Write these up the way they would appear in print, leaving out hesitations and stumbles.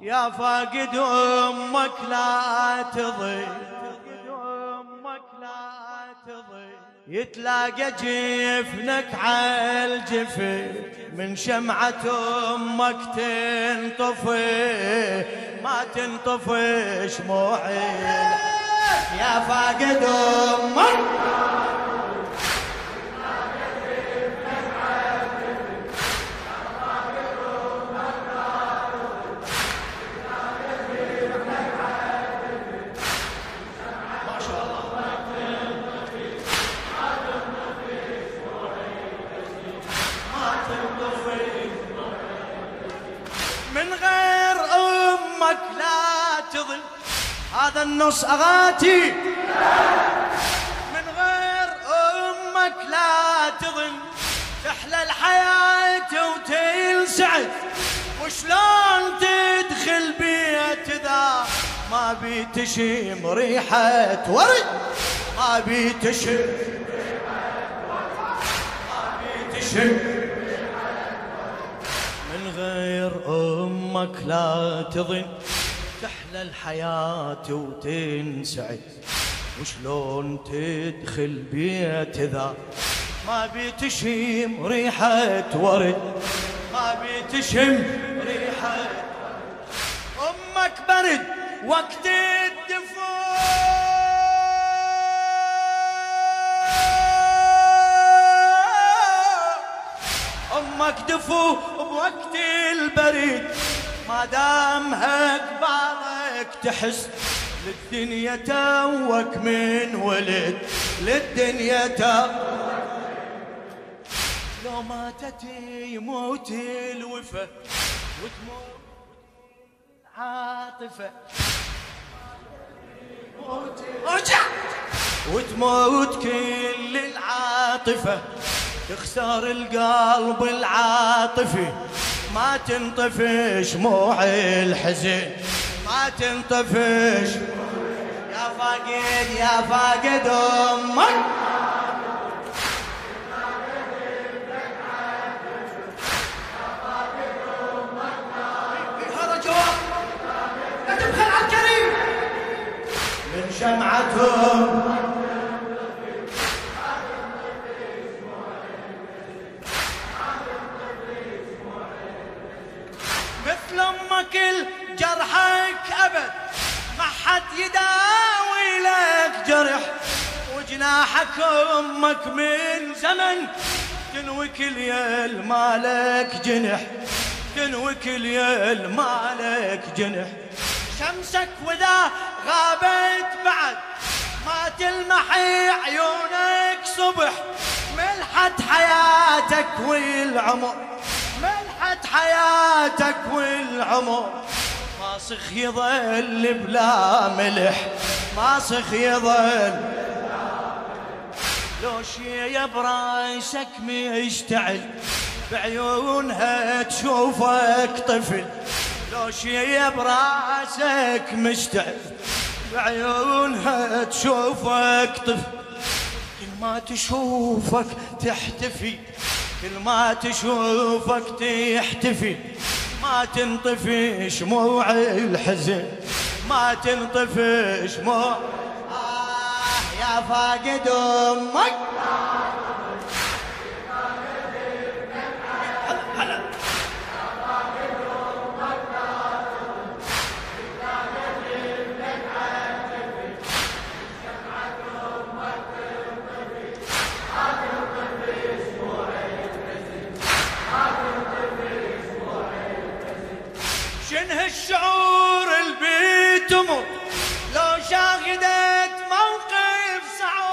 يا فاقد أمك لا تضيع، يتلاقى جفنك عالجفن من شمعة أمك تنطفي، ما تنطفي شموعي يا فاقد أمك. من غير أمك لا تظل، هذا النص أغاتي. من غير أمك لا تظل، تحلى الحياة وتنسعد، وشلون تدخل بيت ذا ما بيتشم ريحة ورد، ما بيتشم ما بيتشم. من غير أمك لا تظن، تحلى الحياة وتنسعد، وشلون تدخل بيت ذا ما بيتشم ريحة ورد، ما بيتشم ريحة. أمك برد وقت الدفون، أمك دفو بوقت البريد، ما دامها قبالك تحس للدنيا توك من ولد، للدنيا توك. لو ماتت يموت الوفا وتموت العاطفة، وتموت كل العاطفة، تخسر القلب العاطفي، ما تنطفي شموع الحزن، ما تنطفي. يا فاقد يا فاقد أمك، هذا جواب لا تبخل على الكريم. من شمعتهم مثل أمك الجرحك أبد، ما حد يداوي لك جرح، وجناحك أمك من زمن تنوي كل يل مالك جنح، تنوي كل يل مالك جنح. شمسك وذا غابت بعد ما تلمحي عيونك صبح، ملحت حياتك والعمر، ملحت حياتك والعمر، ماسخ يظل بلا ملح، ماسخ يظل. لو شي براسك مشتعل بعيونها تشوفك طفل، لو شي براسك مشتعل بعيونها تشوفك طفل، كل ما تشوفك تحتفي، كل ما تشوفك تحتفي، ما تنطفي شموع الحزن، ما تنطفي شموع. يا فاقد أمك شنه الشعور اللي بتمر لو شاهدت موقف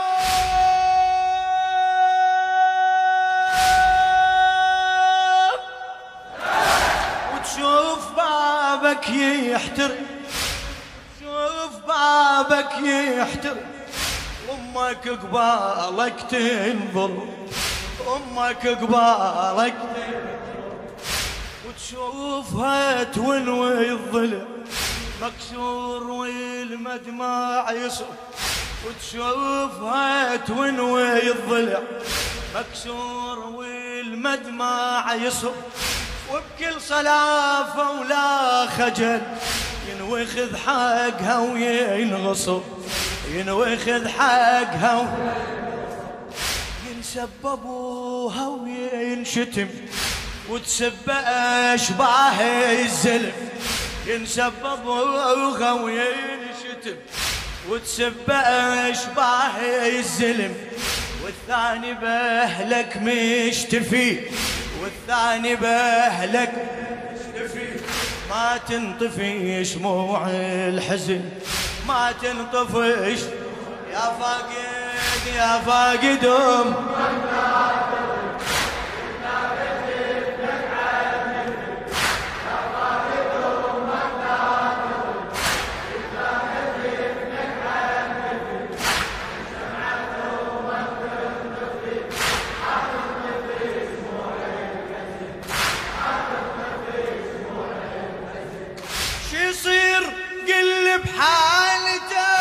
صعب، وتشوف بابك يحترق، شوف بابك يحترق، أمك قبالك تنظر، أمك قبالك تنظر، وتشوفها تونوي الظلم مكسور والمدمع يصب، وتشوفها تونوي الضلع مكسور والمدمع يصب، وبكل صلافة ولا خجل ينوخذ حقها وينغصب، ينوخذ حقها ينسببوها وينشتم وتسب أشباه الزلم، ينسببوها وينشتم وتسب أشباه الزلم، والثاني بأهلك مشتفي، والثاني بأهلك مشتفي، ما تنطفي شموع الحزن، ما تنطفش يا فاقد يا فاقد يصير قل بحالته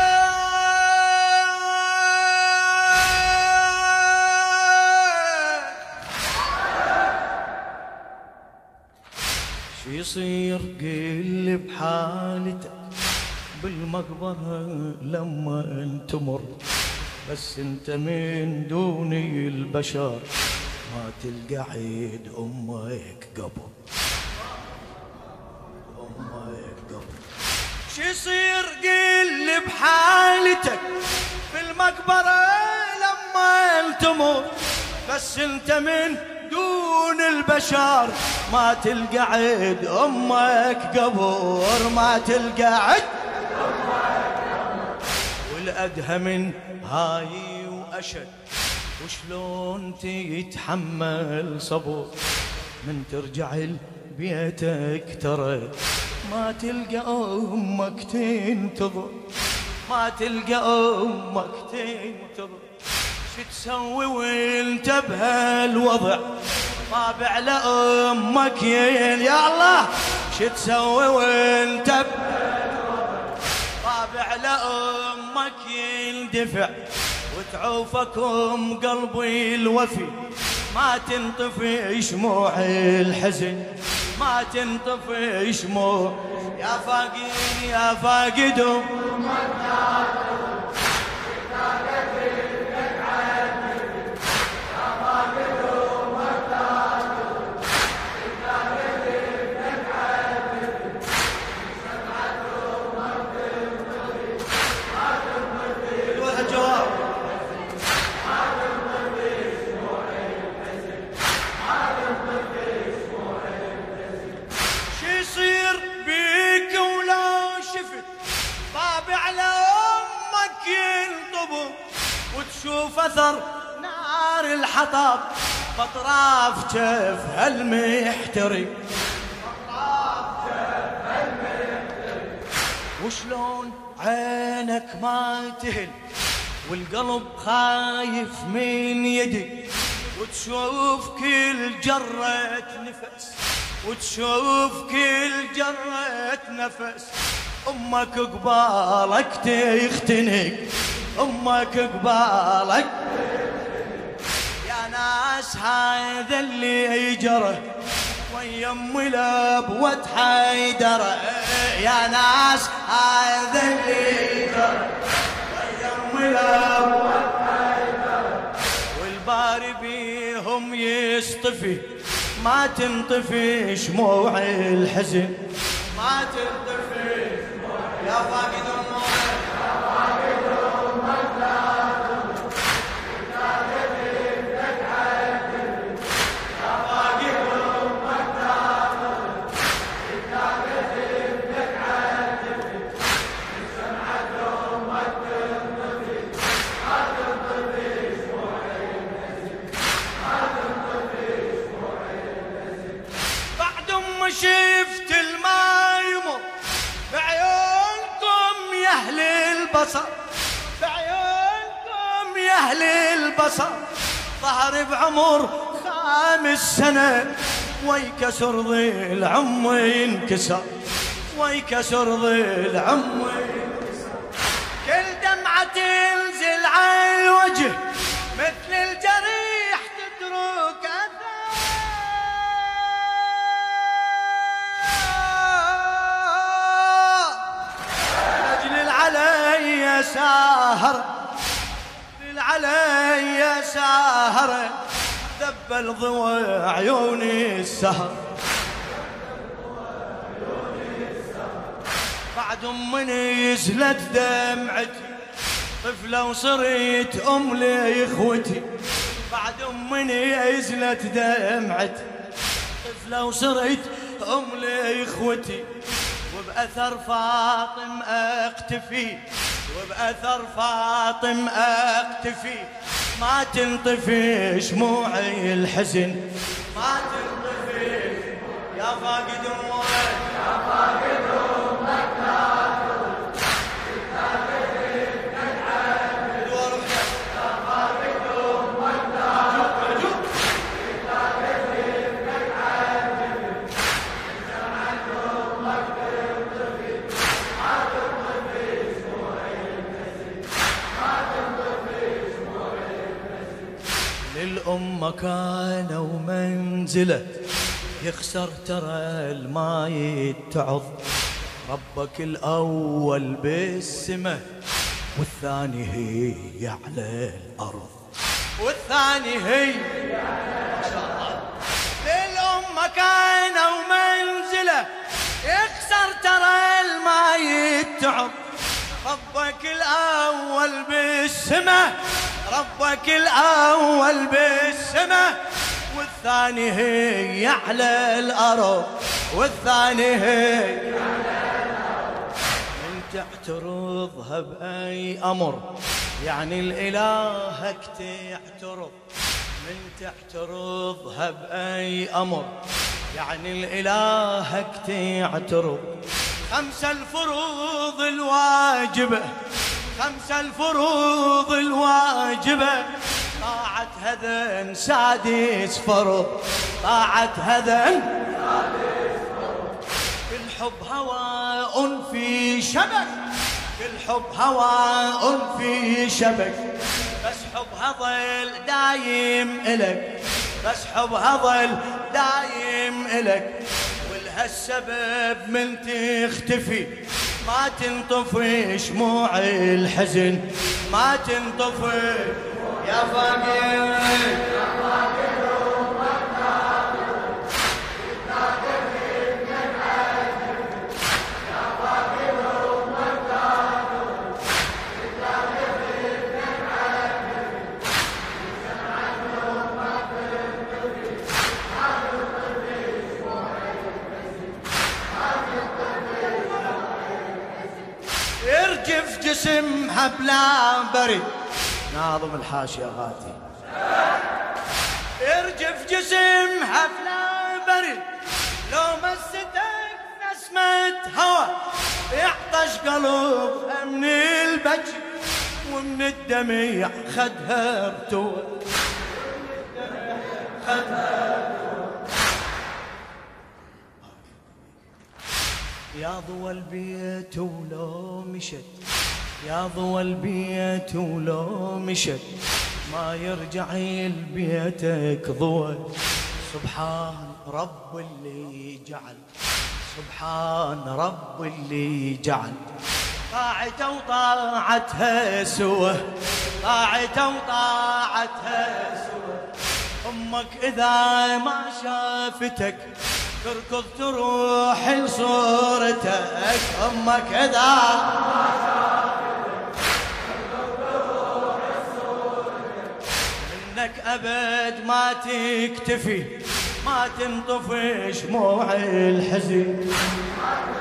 شو يصير قل بحالته بالمقبرة لما تمر، بس انت من دون البشر ما تلقى عيد امك قبر، شو يصير قل بحالتك بالمقبرة لما تموت، بس انت من دون البشر ما تلقى عيد امك قبر، ما تلقى عيد امك قبر، والادهى من هاي واشد وشلون تتحمل صبر من ترجع بيتك ترى ما تلقى أمك تنتظر، ما تلقى أمك تنتظر، شو تسوي وانت بهالوضع طابع على أمك يا الله، شو تسوي وانت بهالوضع طابع على أمك يندفع، وتعوفك قلبي الوفي ما تنطفي شموع الحزن، ما تنطفي شموع يا فاقد يا فاقد وتشوف اثر نار الحطب بطراف جفها المحترق، بطراف جفها المحترق، وشلون عينك ما تهل والقلب خايف من يدك، وتشوف كل جرة نفس، وتشوف كل جرة نفس امك قبالك تختنق، امك قبالك يا ناس هذا اللي جرى ويا ام الابوة حيدرة، يا ناس هذا اللي جرى ويا ام الابوة حيدرة، والباري بيهم يصطفي ما تنطفي شموع الحزن، ما تنطفي شموع يا فاقد امك شفت الماء يمر بعيونكم يا اهل البصر، بعيونكم يا اهل البصر، ظهر بعمر 5 سنة ويكسر ظل عمي ينكسر، ويكسر ظل عمي ينكسر، كل دمعة تنزل على الوجه مثل الجريح تترك أثر، ساهر علي ساهر ذبل ضوى عيوني السهر بعد مني يزلت دمعتي طفلة وصريت أم لإخوتي بعد مني يزلت دمعتي طفلة وصريت أم لإخوتي وبأثر فاطم أقتفي وبأثر فاطم أقتفي ما تنطفي شموعي الحزن ما تنطفي يا فاقد أمك يا فاقد أمك للأم مكانه ومنزله يخسر ترى الما يتعظ ربك الأول بالسماء والثاني هي على الأرض والثاني هي ما شاء الله للأم مكانه ومنزله يخسر ترى الما يتعظ ربك الأول بالسماء ربك الأول بالسماء والثاني هي على الأرض والثاني هي على الأرض من تعترضها بأي أمر يعني الإلهك تعترض من تعترضها بأي أمر يعني الإلهك تعترض خمس الفروض الواجبة خمس الفروض الواجبة طاعة هذا سادس فرض طاعة هذا سادس فرض الحب هواء في شبك الحب هواء في شبك بس حبها ظل دايم إلك بس حبها ظل دايم إلك ولهالسبب من تختفي ما تنطفي شموع الحزن ما تنطفي يا فقير يا فقير يرجف جسمها بلا بري ناظم الحاشية غاتي يرجف جسمها بلا بري لو مستك نسمة هوا يعطش قلبها من البج ومن الدمع خدها ارتوى يا ضوى البيت ولو مشت يا ضوى البيت ولو مشت ما يرجع لبيتك ضوى سبحان رب اللي جعل سبحان رب اللي جعل طاعته وطاعتها سوى طاعته وطاعتها سوى أمك إذا ما شافتك تركض تروح لصورتك أمك إذا ما شافتك تركض تروح لصورتك منك أبد ما تكتفي ما تنطفي شموع الحزن